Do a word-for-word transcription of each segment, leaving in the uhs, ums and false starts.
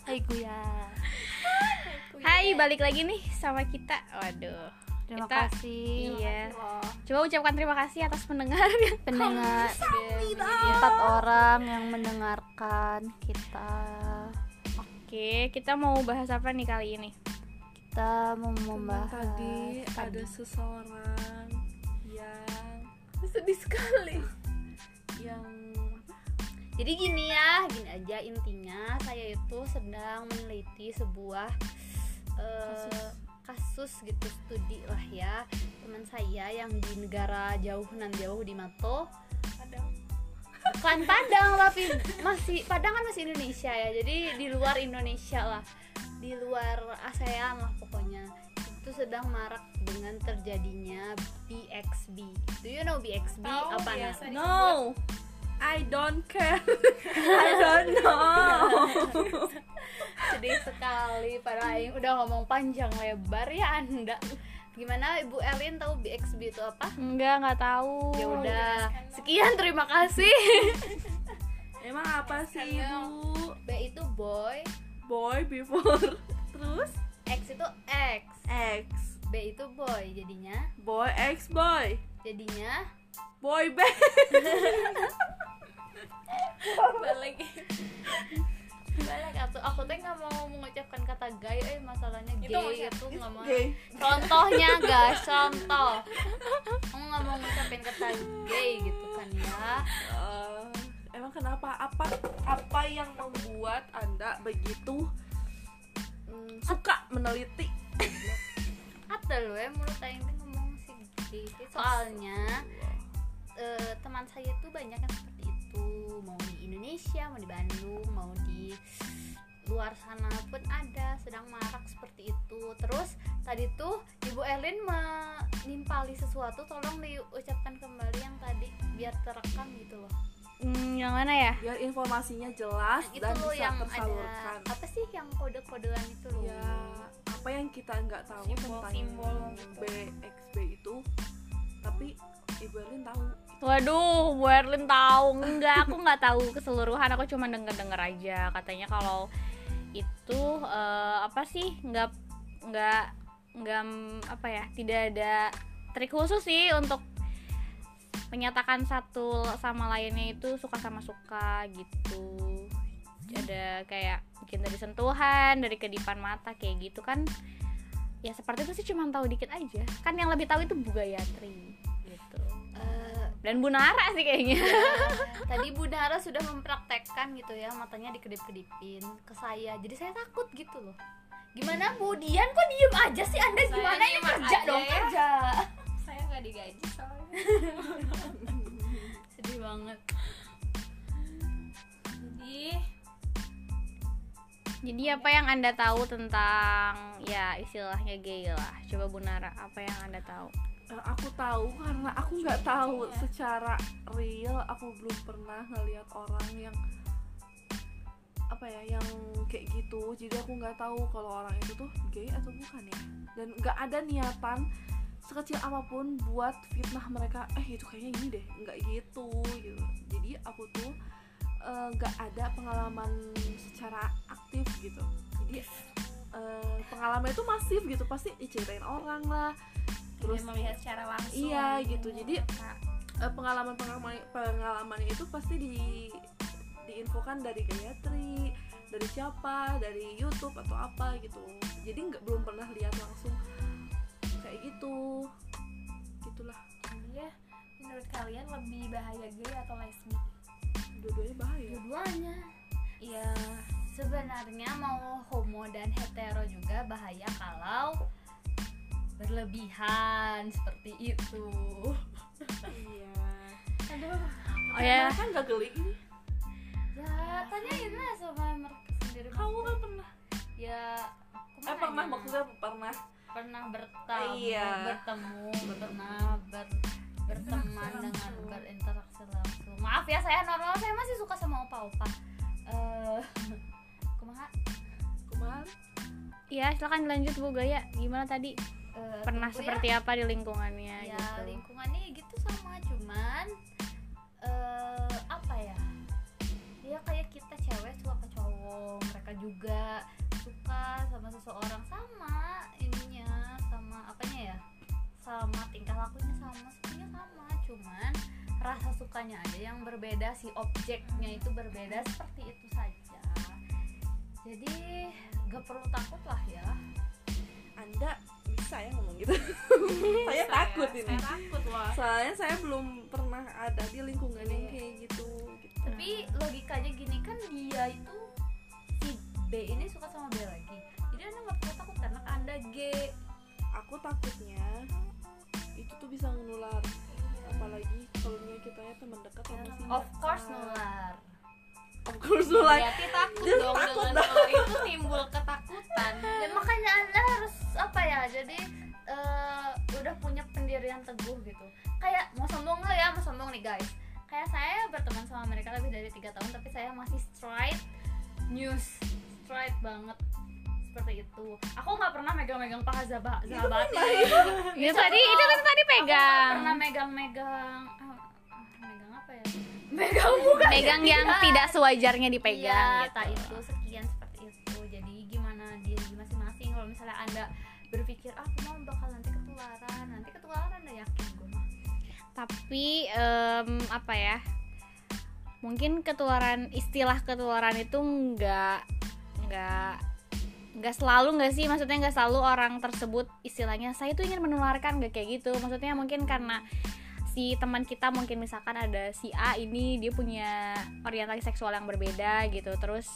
Hai Kuya. Hai, balik lagi nih sama kita. Waduh. Terima kita, kasih. Iya. Coba ucapkan terima kasih atas pendengar. Pendengar empat orang yang mendengarkan kita. Oke, kita mau bahas apa nih kali ini? Kita mau Teman membahas tadi tadi. ada seseorang yang sedih sekali, yang Jadi gini ya, gini aja intinya saya itu sedang meneliti sebuah eh, kasus. kasus gitu, studi lah ya, teman saya yang di negara jauh nan jauh di Mato. Padang. Bukan Padang tapi masih Padang kan masih Indonesia ya, jadi di luar Indonesia lah, di luar ASEAN lah pokoknya. Itu sedang marak dengan terjadinya B X B. Do you know B X B? Tahu, Apa biasa Nar? No, I don't care. I don't know. Sedih sekali, padahal Aing udah ngomong panjang lebar ya Anda. Gimana Ibu Elin, tahu B X B itu apa? Enggak, enggak tahu. Ya udah, sekian, terima kasih. Emang apa sih Ibu? B itu boy, Boy before, terus X itu X, X, B itu boy, jadinya boy X boy, jadinya boy band. balik balik aku aku tuh nggak mau mengucapkan kata gay, eh masalahnya gay itu nggak mau. Gay. Contohnya guys, contoh aku nggak mau ngucapin kata gay gitu kan ya. Eh, emang kenapa? Apa apa yang membuat Anda begitu mm, suka meneliti? Ada loh ya mulut Aing tuh ngomong sih gay. Soalnya eh, teman saya tuh banyak yang seperti itu, mau di Indonesia, mau di Bandung, mau di luar sana pun ada, sedang marak seperti itu. Terus tadi tuh Ibu Elin menimpali sesuatu, tolong diucapkan kembali yang tadi biar terekam gitu loh. Hmm, yang mana ya? Biar informasinya jelas Itu dan loh bisa yang tersalurkan. ada apa sih yang kode-kodean itu loh. Ya, apa yang kita nggak tahu Simbol- tentang simbol B X B itu, tapi Ibu Elin tahu. Waduh, Bu Erlin tahu. Enggak, aku nggak tahu keseluruhan. Aku cuma denger-denger aja. Katanya kalau itu eh, apa sih? Nggak nggak nggak apa ya? Tidak ada trik khusus sih untuk menyatakan satu sama lainnya itu suka sama suka gitu. Ada kayak bikin dari sentuhan, dari kedipan mata kayak gitu kan. Ya seperti itu sih, cuma tahu dikit aja. Kan yang lebih tahu itu Bu Gayatri gitu. Eh, Dan Bu Nara sih kayaknya. ya, tadi Bu Nara sudah mempraktekkan gitu ya, matanya dikedip-kedipin ke saya. Jadi saya takut gitu loh. Gimana Bu Dian, kok diem aja sih Anda? Saya Gimana ya, diem kerja aja dong, ya. kerja. Saya nggak digaji soalnya. Sedih banget. Jadi Jadi apa yang Anda tahu tentang ya istilahnya gay lah? Coba Bu Nara, apa yang Anda tahu? Eh, aku tahu karena aku nggak tahu secara real. Aku belum pernah ngelihat orang yang apa ya, yang kayak gitu. Jadi aku nggak tahu kalau orang itu tuh gay atau bukan ya. Dan nggak ada niatan sekecil apapun buat fitnah mereka. Eh itu kayaknya gini deh, nggak gitu gitu. Jadi aku tuh eh, nggak ada pengalaman secara aktif gitu. Jadi eh, pengalaman itu masif gitu, pasti diceritain orang lah. terus Terus melihat secara langsung. iya gitu. Jadi Kak, eh, pengalaman pengalaman pengalaman itu pasti di diinfokan dari Gayatri, dari siapa, dari YouTube atau apa gitu. Jadi nggak belum pernah lihat langsung kayak gitu. Gitulah. jadi ya, menurut kalian lebih bahaya gay atau lesbi? Dua-duanya bahaya. Dua-duanya. Iya. Sebenarnya mau homo dan hetero juga bahaya kalau berlebihan seperti itu. Iya. Aduh. Oh ya, Kan nggak geli ini. Ya, tanyain lah sama mereka sendiri. Kamu kan pernah? Ya, aku Eh mah pernah nanya. maksudnya pernah. Pernah bertemu, Iya. bertemu, pernah ber, berteman dengan berinteraksi langsung. Maaf ya, saya normal, saya masih suka sama opa-opa. Eh, kumaha? Kemarin ya silakan lanjut Bu Gaya. Gimana tadi? Eh, Pernah tunggu seperti ya. apa di lingkungannya Ya, gitu? lingkungannya gitu sama, cuman eh apa ya? Dia kayak kita cewek suka ke cowok atau mereka juga suka sama seseorang, sama ininya, sama apanya ya, sama tingkah lakunya sama, semuanya sama, cuman rasa sukanya aja yang berbeda, si objeknya itu berbeda, seperti itu saja. Jadi gak perlu takut lah ya. Anda bisa ya ngomong gitu. Saya takut ya, ini. Saya takut loh. Soalnya saya belum pernah ada di lingkungan yang Iya. kayak gitu, gitu. Tapi logikanya gini kan, dia itu si B ini suka sama B lagi, jadi anda nggak perlu takut karena anda gay. Aku takutnya itu tuh bisa menular, apalagi kalau misalnya kita ya teman dekat sama si Of course nular. of course nular. Berarti takut Dia dong takut dengan dong. nular itu timbul ketakutan. Dan makanya anda harus apa ya, jadi eh, udah punya pendirian teguh gitu. Kayak mau sombong lo ya, mau sombong nih guys, kayak saya berteman sama mereka lebih dari tiga tahun tapi saya masih straight news, straight banget seperti itu. Aku nggak pernah megang-megang paha sahabat sahabatnya. Itu tadi itu kan tadi pegang. Pernah megang-megang ah, ah, megang apa ya? Megang bukan. Megang yang tidak sewajarnya Iya, dipegang gitu. tak itu sekian seperti itu. Jadi gimana diri masing-masing. Kalau misalnya anda berpikir ah aku mau bakal nanti ketularan, nanti ketularan, anda yakin gue mah. Tapi em, apa ya? Mungkin ketularan, istilah ketularan itu nggak nggak nggak selalu nggak sih, maksudnya nggak selalu orang tersebut istilahnya saya tuh ingin menularkan, nggak kayak gitu. Maksudnya mungkin karena si teman kita, mungkin misalkan ada si A ini dia punya orientasi seksual yang berbeda gitu, terus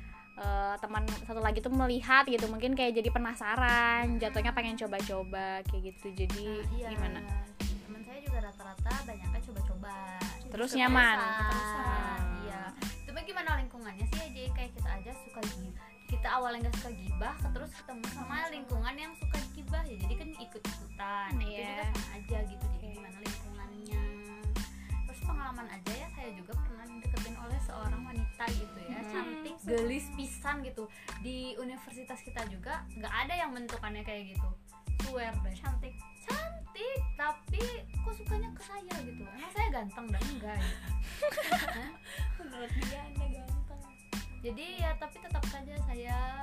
uh, teman satu lagi tuh melihat gitu, mungkin kayak jadi penasaran, jatuhnya pengen coba-coba kayak gitu. Jadi Nah, iya. gimana? Teman saya juga rata-rata banyaknya coba-coba. Terus Keterusan, nyaman. keterusan, Iya. Cuma gimana lingkungannya sih aja, kayak kita aja suka gibah. Kita awalnya nggak suka gibah, terus ketemu sama lingkungan yang suka gibah ya, jadi kan ikut-ikutan. Nah, itu Iya. juga sama aja gitu. Jadi gimana lingkungannya. Terus pengalaman aja ya, saya juga pernah dideketin oleh seorang wanita gitu ya, Hmm. cantik, gelis pisan gitu. Di universitas kita juga nggak ada yang bentukannya kayak gitu. Swear deh. Cantik, cantik, tapi kok sukanya ke saya gitu. Emang saya ganteng dan enggak gitu. Hah? Menurut dia Anda ganteng. Jadi ya tapi tetap saja saya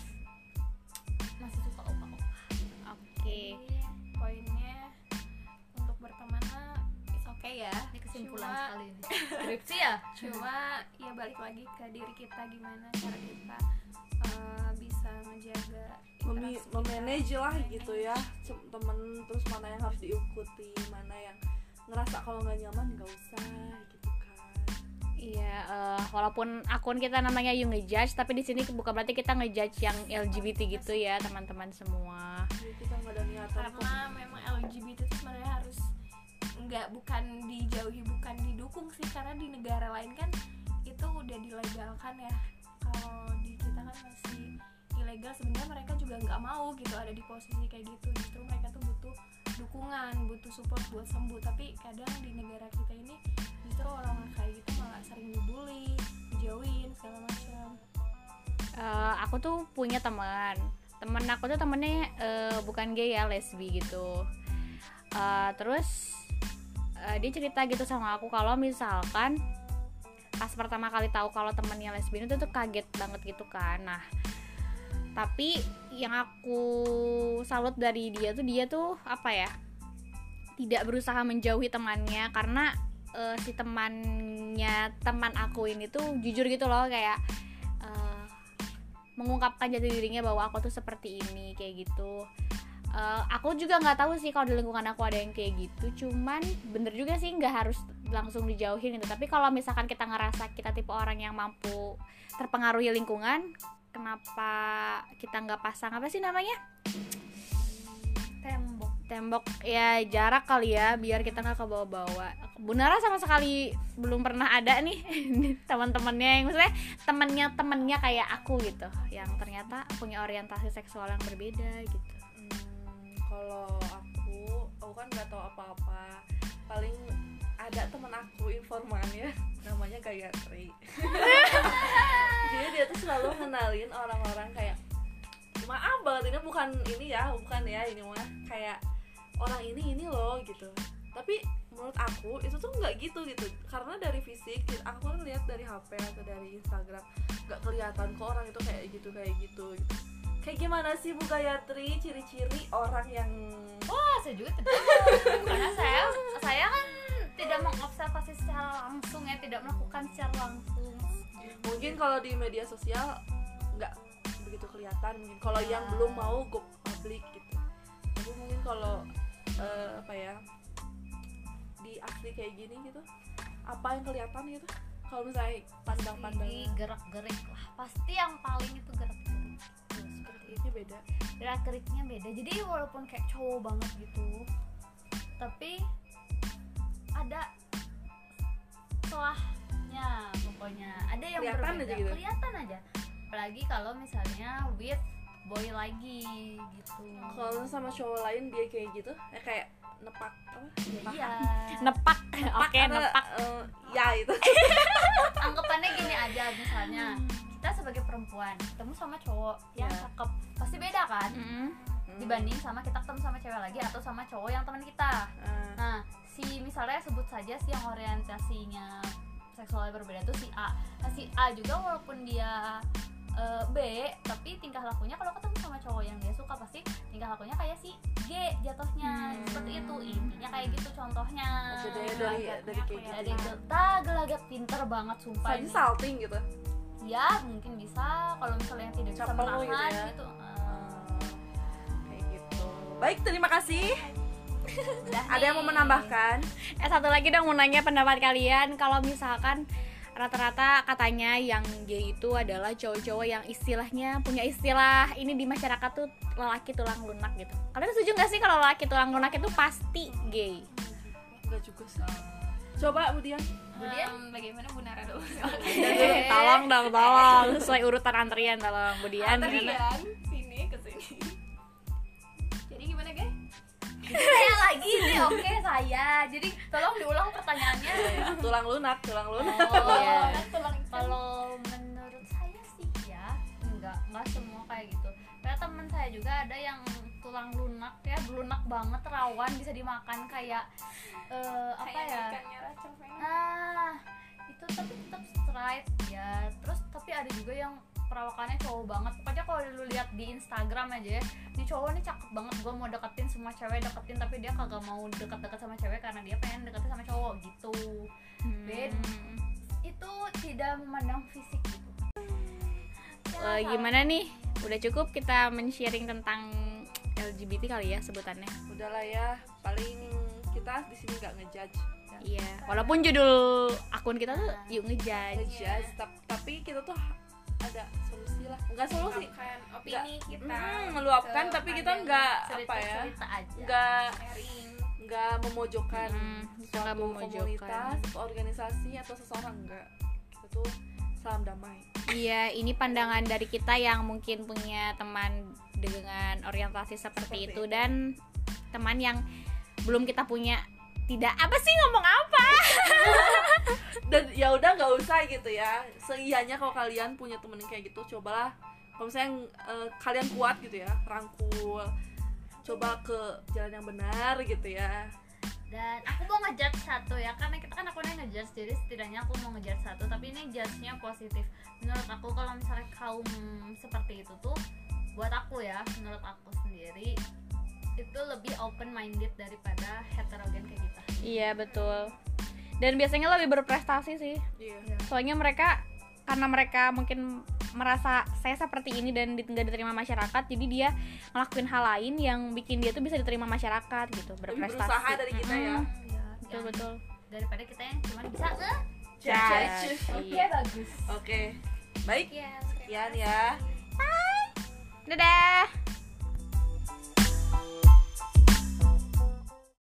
masih suka opa-opa. Oke. Jadi poinnya untuk berteman is oke ya. Ini kesimpulan Cuma- sekali ini. Skripsi ya? Cuma ya balik lagi ke diri kita, gimana cara kita eh, bisa menjaga Memi- interaksi kita. memanage lah gitu ya Cem- temen, terus mana yang harus diikuti, mana yang ngerasa kalau nggak nyaman nggak usah gitu kan. Iya, eh, walaupun akun kita namanya You Ngejudge, tapi di sini bukan berarti kita ngejudge yang L G B T gitu ya, teman-teman semua. Jadi kita nggak ada niatan kok. Karena memang L G B T itu sebenarnya harus nggak, bukan dijauhi, bukan didukung sih, karena di negara lain kan itu udah dilegalkan ya. Kalau di kita kan masih ilegal. Sebenarnya mereka juga nggak mau gitu ada di posisi kayak gitu. Justru mereka tuh butuh dukungan, butuh support buat sembuh. Tapi kadang di negara kita ini justru orang kayak gitu malah sering dibully, dijauhin segala macam. Eh, aku tuh punya teman, temen aku tuh temennya eh, bukan gay ya, lesbi gitu. Eh, terus eh, dia cerita gitu sama aku kalau misalkan pas pertama kali tahu kalau temennya lesbian itu tuh kaget banget gitu kan. Nah, tapi yang aku salut dari dia tuh, dia tuh apa ya, tidak berusaha menjauhi temannya, karena uh, si temannya teman aku ini tuh jujur gitu loh, kayak uh, mengungkapkan jati dirinya bahwa aku tuh seperti ini kayak gitu. Uh, aku juga nggak tahu sih kalau di lingkungan aku ada yang kayak gitu, cuman bener juga sih nggak harus langsung dijauhin gitu. Tapi kalau misalkan kita ngerasa kita tipe orang yang mampu terpengaruhi lingkungan, kenapa kita nggak pasang apa sih namanya, Tembok. tembok ya, jarak kali ya, biar kita nggak kebawa-bawa. Bunara sama sekali belum pernah ada nih teman-temannya yang maksudnya temannya temannya kayak aku gitu, yang ternyata punya orientasi seksual yang berbeda gitu. Hmm, kalau aku, aku kan nggak tahu apa-apa. Paling ada temen aku informan ya, namanya Gayatri. Jadi dia tuh selalu ngenalin orang-orang kayak, maaf banget ini bukan ini ya, bukan ya ini mah kayak orang ini ini loh gitu. Tapi menurut aku itu tuh nggak gitu gitu, karena dari fisik aku kan lihat dari H P atau dari Instagram nggak kelihatan kok orang itu kayak gitu kayak gitu gitu. Kayak gimana sih Bu Gayatri ciri-ciri orang yang Wah, saya juga tidak tahu. Karena saya saya kan tidak mengobservasi secara langsung ya, tidak melakukan secara langsung. mungkin kalau di media sosial nggak begitu kelihatan mungkin kalau Ya. yang belum mau go public gitu. Tapi mungkin kalau eh, apa ya di asli kayak gini gitu, apa yang kelihatan gitu kalau misalnya Di pandang-pandangnya gerak-gerik lah. Pasti yang paling itu gerak-gerik. Tuh, seperti itu. ini beda. Gerak-geriknya beda. Jadi walaupun kayak cowok banget gitu, tapi ada celahnya pokoknya. Ada yang Kelihatan berbeda. aja gitu. Kelihatan aja. Apalagi kalau misalnya with boy lagi gitu. Kalau sama cowok lain dia kayak gitu ya kayak nepak apa nepak Iya. Nepak. Oke, atau, nepak. eh, ya itu Anggapannya gini aja, misalnya kita sebagai perempuan ketemu sama cowok yang Ya. cakep, pasti beda kan Mm-mm. dibanding sama kita ketemu sama cewek lagi atau sama cowok yang teman kita. Eh, Nah, si misalnya sebut saja si yang orientasinya seksualnya berbeda tuh si A. Nah, si A juga walaupun dia eh, B, tapi tingkah lakunya kalau ketemu sama cowok yang dia suka pasti tingkah lakunya kayak si G jatuhnya. Hmm. Seperti itu intinya, kayak gitu contohnya. Oke deh, dari dari kayak gitu. Dari gel- gelagat pinter banget sumpah Saja ini. salting gitu. Ya mungkin bisa kalau misalnya yang tidak bisa Capek lo menahan gitu ya. gitu. Eh, Kayak gitu. Baik, terima kasih. udah Ada yang mau nih. menambahkan? Eh satu lagi dong, mau nanya pendapat kalian kalau misalkan rata-rata katanya yang gay itu adalah cowok-cowok yang istilahnya punya istilah ini di masyarakat tuh lelaki tulang lunak gitu. Kalian setuju nggak sih kalau lelaki tulang lunak itu pasti gay? Enggak juga sih. Coba Budian. Kemudian Em, bagaimana Bu Nara dulu? Eh, Tolong dong, tolong sesuai urutan antrian, tolong Budian. gimana? Antrian sini ke sini. Jadi gimana guys? saya lagi nih, oke saya. Jadi tolong diulang pertanyaannya. Tulang lunak, tulang lunak. Oh, Iya. Kan tulang ikan. kalau menurut saya sih ya enggak, enggak semua kayak gitu. Kayak teman saya juga ada yang tulang lunak ya, lunak banget, rawan, bisa dimakan kayak eh, apa Kayak ya? ikannya racun pengen. Nah, itu tapi tetap straight ya. Terus tapi ada juga yang perawakannya cowok banget. Pokoknya kalau lu lihat di Instagram aja ya, nih cowok nih cakep banget, gue mau deketin semua cewek deketin, tapi dia kagak mau deket-deket sama cewek karena dia pengen deketin sama cowok gitu. Hmm. Beda. Itu tidak memandang fisik gitu. Ya, Eh, gimana nih? Udah cukup kita men-sharing tentang L G B T kali ya sebutannya. Udahlah ya, paling kita di sini nggak ngejudge. Ya. Iya, walaupun judul akun kita tuh yuk ngejudge. Ngejudge, tap- tapi kita tuh ada solusi lah. Enggak solusi. Meluapkan opini kita. Hmm, meluapkan ke tapi kita pandangan, nggak apa ya? cerita-cerita aja. Nggak sharing. nggak memojokkan Hmm, kita nggak suatu memojokkan. komunitas, atau organisasi atau seseorang, enggak. Kita tuh salam damai. Iya, ini pandangan dari kita yang mungkin punya teman dengan orientasi seperti, Seperti itu itu. dan teman yang belum kita punya tidak apa sih ngomong apa? Dan ya udah nggak usah gitu ya. Seianya kalau kalian punya temen yang kayak gitu, cobalah kalau misalnya eh, kalian kuat gitu ya, rangkul, coba ke jalan yang benar gitu ya. Dan aku mau ngejudge satu ya, karena kita kan akunnya ngejudge, jadi setidaknya aku mau ngejudge satu, tapi ini judge-nya positif. Menurut aku kalau misalnya kaum seperti itu tuh, buat aku ya, menurut aku sendiri itu lebih open minded daripada heterogen kayak kita. Iya, betul. Dan biasanya lebih berprestasi sih. Iya. Soalnya mereka karena mereka mungkin merasa saya seperti ini dan di- nggak diterima masyarakat, jadi dia ngelakuin hal lain yang bikin dia tuh bisa diterima masyarakat gitu, Lebih berprestasi. berusaha dari kita ya. Mm-mm. Ya, Betul yang- betul. daripada kita yang cuma bisa nge Judge. Oke, Iya. bagus. Oke. Baik. Iya, Sekian ya. Dadah.